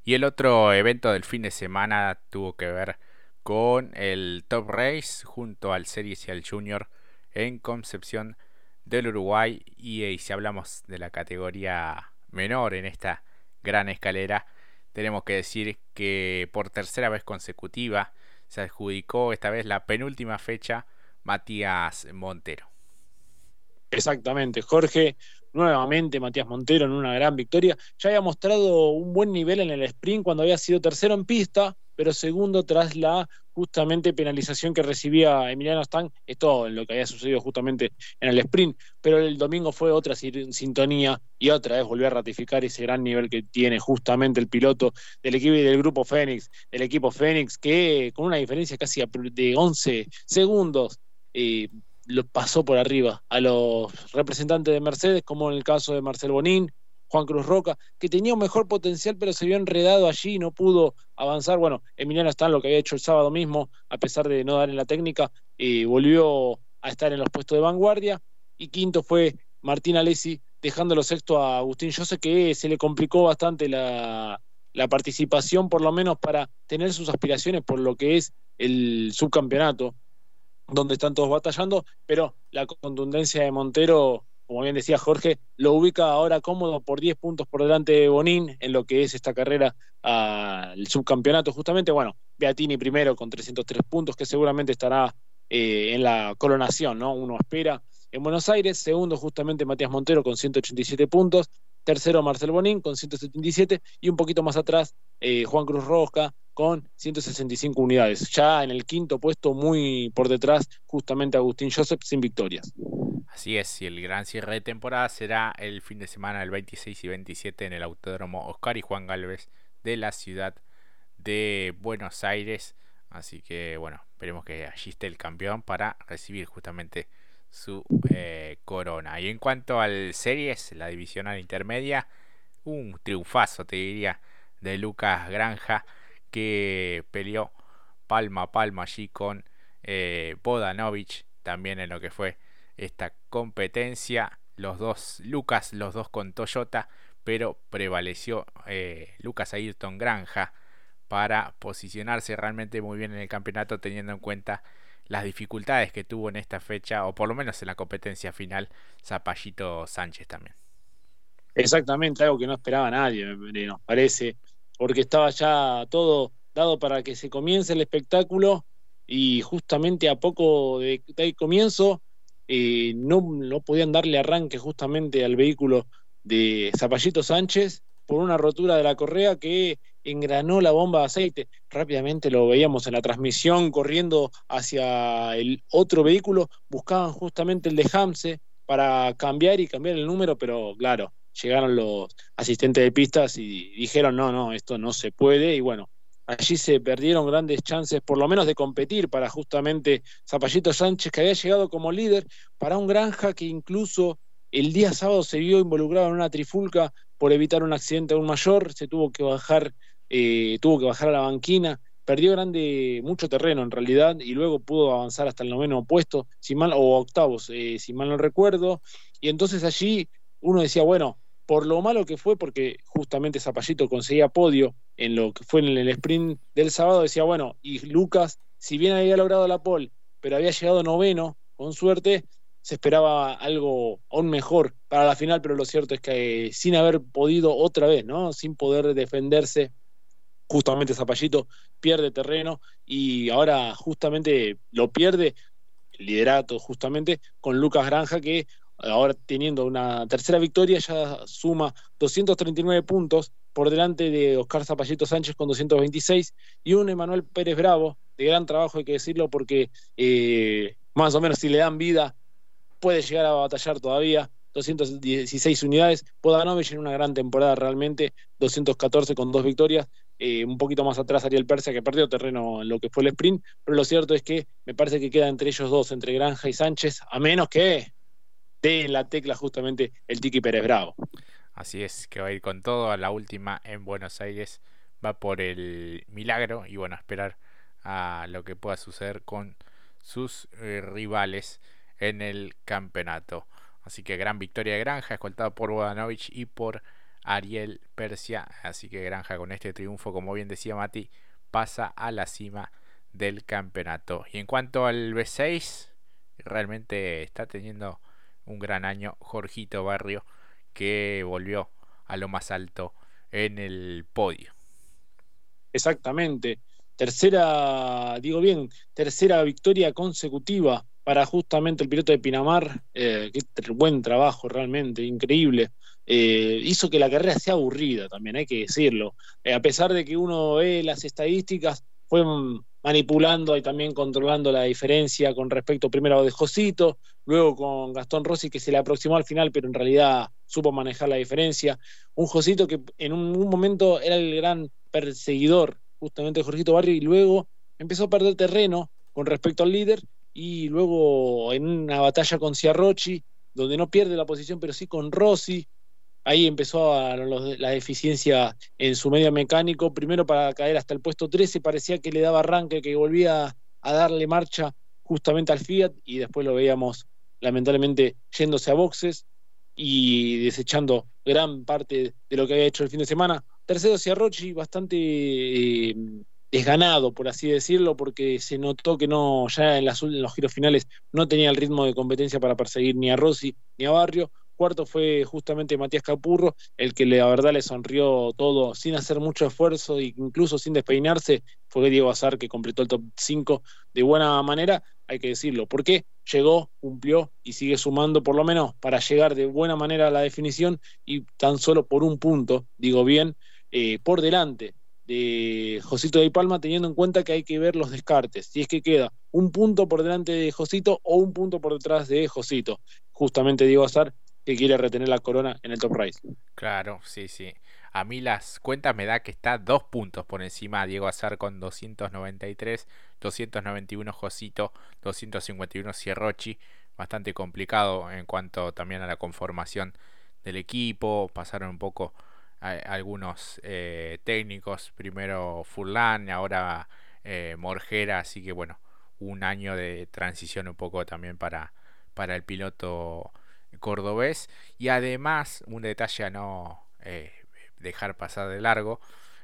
Y el otro evento del fin de semana tuvo que ver con el Top Race junto al Series y al Junior en Concepción del Uruguay. Y si hablamos de la categoría menor en esta gran escalera, tenemos que decir que por tercera vez consecutiva se adjudicó esta vez la penúltima fecha Matías Montero. Exactamente, Jorge, nuevamente Matías Montero en una gran victoria. Ya había mostrado un buen nivel en el sprint cuando había sido tercero en pista, pero segundo tras la justamente penalización que recibía Emiliano Stang, esto en lo que había sucedido justamente en el sprint, pero el domingo fue otra sintonía y otra vez volvió a ratificar ese gran nivel que tiene justamente el piloto del equipo y del grupo Fénix, del equipo Fénix, que con una diferencia casi de 11 segundos eh, lo pasó por arriba a los representantes de Mercedes, como en el caso de Marcel Bonín, Juan Cruz Roca, que tenía un mejor potencial, pero se vio enredado allí y no pudo avanzar. Bueno, Emiliano Stan, lo que había hecho el sábado mismo, a pesar de no dar en la técnica, volvió a estar en los puestos de vanguardia. Y quinto fue Martín Alessi, dejándolo sexto a Agustín José, que se le complicó bastante la participación, por lo menos para tener sus aspiraciones por lo que es el subcampeonato donde están todos batallando, pero la contundencia de Montero, como bien decía Jorge, lo ubica ahora cómodo por 10 puntos por delante de Bonín en lo que es esta carrera al subcampeonato. Justamente, bueno, Beatini primero con 303 puntos, que seguramente estará en la coronación, ¿no? Uno espera. En Buenos Aires, segundo justamente Matías Montero con 187 puntos, tercero Marcel Bonín con 177 y un poquito más atrás Juan Cruz Rosca con 165 unidades. Ya en el quinto puesto, muy por detrás, justamente Agustín Joseph sin victorias. Así es, y el gran cierre de temporada será el fin de semana del 26 y 27 en el Autódromo Oscar y Juan Galvez de la ciudad de Buenos Aires. Así que bueno, esperemos que allí esté el campeón para recibir justamente su corona. Y en cuanto al Series, la divisional intermedia, un triunfazo, te diría, de Lucas Granja, que peleó palma a palma allí con Bodanovich, también en lo que fue esta competencia. Los dos, Lucas, los dos con Toyota, pero prevaleció Lucas Ayrton Granja para posicionarse realmente muy bien en el campeonato, teniendo en cuenta las dificultades que tuvo en esta fecha, o por lo menos en la competencia final, Zapallito Sánchez también. Exactamente, algo que no esperaba nadie, nos parece, porque estaba ya todo dado para que se comience el espectáculo y justamente a poco del comienzo no podían darle arranque justamente al vehículo de Zapallito Sánchez por una rotura de la correa que engranó la bomba de aceite. Rápidamente lo veíamos en la transmisión corriendo hacia el otro vehículo, buscaban justamente el de Hamse para cambiar y cambiar el número, pero claro llegaron los asistentes de pistas y dijeron, no, no, esto no se puede, y bueno, allí se perdieron grandes chances, por lo menos de competir para justamente Zapallito Sánchez, que había llegado como líder, para un Granja que incluso el día sábado se vio involucrado en una trifulca por evitar un accidente aún mayor, se tuvo que bajar a la banquina, perdió mucho terreno en realidad, y luego pudo avanzar hasta el noveno puesto, si mal, o octavos, si mal no recuerdo, y entonces allí uno decía, bueno, por lo malo que fue, porque justamente Zapallito conseguía podio en lo que fue en el sprint del sábado, decía, bueno, y Lucas, si bien había logrado la pole, pero había llegado noveno, con suerte, se esperaba algo aún mejor para la final, pero lo cierto es que sin haber podido otra vez, ¿no? Sin poder defenderse, justamente Zapallito pierde terreno y ahora justamente lo pierde el liderato justamente con Lucas Granja que ahora teniendo una tercera victoria ya suma 239 puntos por delante de Oscar Zapallito Sánchez con 226 y un Emanuel Pérez Bravo de gran trabajo hay que decirlo porque más o menos si le dan vida puede llegar a batallar todavía. 216 unidades, Podanovic en una gran temporada realmente, 214 con dos victorias, un poquito más atrás Ariel Persia que perdió terreno en lo que fue el sprint, pero lo cierto es que me parece que queda entre ellos dos, entre Granja y Sánchez, a menos que dé la tecla justamente el Tiki Pérez Bravo. Así es, que va a ir con todo a la última en Buenos Aires. Va por el milagro y bueno, a esperar a lo que pueda suceder con sus rivales en el campeonato. Así que gran victoria de Granja, escoltado por Bodanovich y por Ariel Persia. Así que Granja con este triunfo, como bien decía Mati, pasa a la cima del campeonato. Y en cuanto al B6, realmente está teniendo un gran año Jorgito Barrio, que volvió a lo más alto en el podio. Exactamente. Tercera victoria consecutiva para justamente el piloto de Pinamar. Buen trabajo, realmente, increíble. Hizo que la carrera sea aburrida también, hay que decirlo. A pesar de que uno ve las estadísticas, fue manipulando y también controlando la diferencia con respecto primero de Josito, luego con Gastón Rossi, que se le aproximó al final, pero en realidad supo manejar la diferencia. Un Josito que en un momento era el gran perseguidor justamente de Jorgito Barrio y luego empezó a perder terreno con respecto al líder y luego en una batalla con Ciarrochi, donde no pierde la posición, pero sí con Rossi, ahí empezó la deficiencia en su medio mecánico, primero para caer hasta el puesto 13, parecía que le daba arranque, que volvía a darle marcha justamente al Fiat, y después lo veíamos lamentablemente yéndose a boxes y desechando gran parte de lo que había hecho el fin de semana. Tercero Ciarrochi, bastante desganado, por así decirlo, porque se notó que no, ya en los giros finales no tenía el ritmo de competencia para perseguir ni a Rossi ni a Barrio. Cuarto fue justamente Matías Capurro, el que la verdad le sonrió todo sin hacer mucho esfuerzo e incluso sin despeinarse. Fue Diego Azar que completó el top 5 de buena manera, hay que decirlo. ¿Por qué? Llegó, cumplió y sigue sumando por lo menos para llegar de buena manera a la definición y tan solo por un punto, digo bien, por delante de Josito de Palma, teniendo en cuenta que hay que ver los descartes, si es que queda un punto por delante de Josito o un punto por detrás de Josito. Justamente Diego Azar, que quiere retener la corona en el Top Race. Claro, sí, sí. A mí las cuentas me da que está 2 puntos por encima de Diego Azar con 293, 291 Josito, 251 Ciarrochi. Bastante complicado en cuanto también a la conformación del equipo. Pasaron un poco algunos técnicos, primero Furlan, ahora Morgera, así que bueno, un año de transición un poco también para el piloto cordobés. Y además, un detalle a no dejar pasar de largo,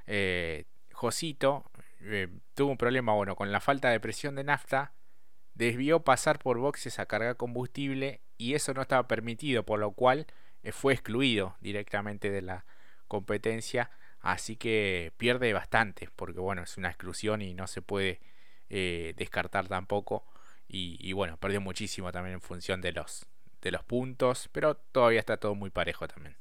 Josito tuvo un problema, bueno, con la falta de presión de nafta, desvió pasar por boxes a cargar combustible y eso no estaba permitido, por lo cual fue excluido directamente de la competencia, así que pierde bastante, porque bueno, es una exclusión y no se puede descartar tampoco, y bueno, perdió muchísimo también en función de los puntos, pero todavía está todo muy parejo también.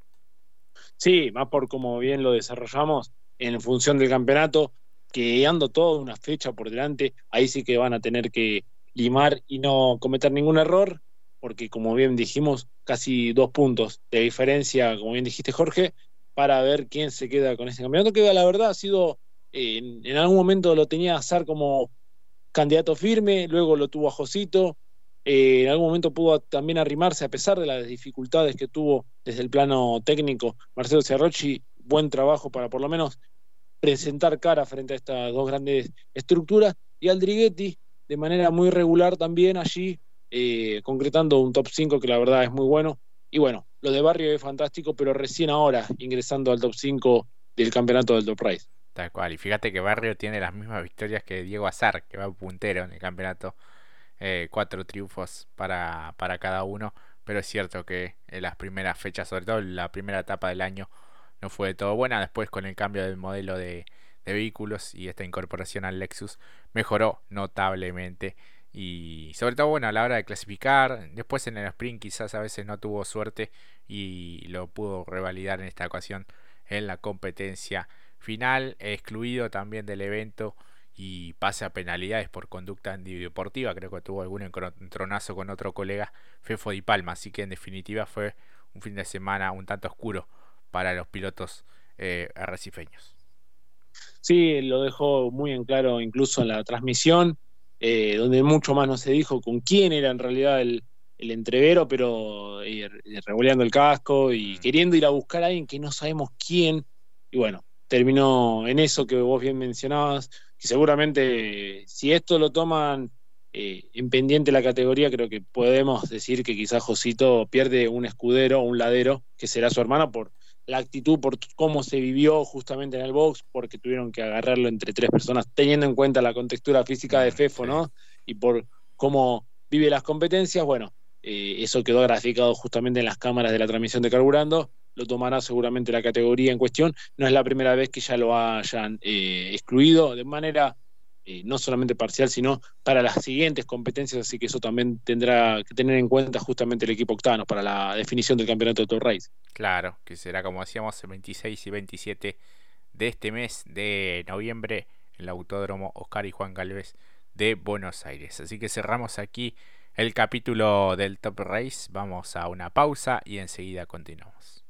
Sí, más por como bien lo desarrollamos en función del campeonato, que ando toda una fecha por delante, ahí sí que van a tener que limar y no cometer ningún error, porque como bien dijimos, casi 2 puntos de diferencia, como bien dijiste Jorge, para ver quién se queda con ese campeonato, que la verdad ha sido, en algún momento lo tenía Azar como candidato firme, luego lo tuvo a Josito, en algún momento pudo también arrimarse a pesar de las dificultades que tuvo desde el plano técnico Marcelo Cerrochi, buen trabajo para por lo menos presentar cara frente a estas dos grandes estructuras, y Aldriguetti de manera muy regular también allí, concretando un top 5 que la verdad es muy bueno, y bueno, lo de Barrio es fantástico, pero recién ahora ingresando al top 5 del campeonato del Top Race. Tal cual, y fíjate que Barrio tiene las mismas victorias que Diego Azar, que va puntero en el campeonato, 4 triunfos para cada uno, pero es cierto que en las primeras fechas, sobre todo en la primera etapa del año, no fue de todo buena. Después, con el cambio del modelo de vehículos y esta incorporación al Lexus, mejoró notablemente. Y sobre todo, bueno, a la hora de clasificar, después en el sprint quizás a veces no tuvo suerte y lo pudo revalidar en esta ocasión en la competencia final, excluido también del evento y pase a penalidades por conducta antideportiva. Creo que tuvo algún encontronazo con otro colega, Fefo Di Palma, así que en definitiva fue un fin de semana un tanto oscuro para los pilotos arrecifeños. Sí, lo dejó muy en claro incluso en la transmisión, donde mucho más no se dijo con quién era en realidad el entrevero, pero revoleando el casco y queriendo ir a buscar a alguien que no sabemos quién. Y bueno, terminó en eso que vos bien mencionabas, que seguramente si esto lo toman en pendiente la categoría, creo que podemos decir que quizás Josito pierde un escudero o un ladero, que será su hermano, por la actitud por cómo se vivió justamente en el box, porque tuvieron que agarrarlo entre 3 personas, teniendo en cuenta la contextura física de Fefo, Sí, ¿no? Y por cómo vive las competencias, bueno, eso quedó graficado justamente en las cámaras de la transmisión de Carburando, lo tomará seguramente la categoría en cuestión, no es la primera vez que ya lo hayan excluido de manera no solamente parcial, sino para las siguientes competencias, así que eso también tendrá que tener en cuenta justamente el equipo Octanos para la definición del campeonato de Top Race. claro, que será como decíamos el 26 y 27 de este mes de noviembre en el Autódromo Oscar y Juan Galvez de Buenos Aires. Así que cerramos aquí el capítulo del Top Race, vamos a una pausa y enseguida continuamos.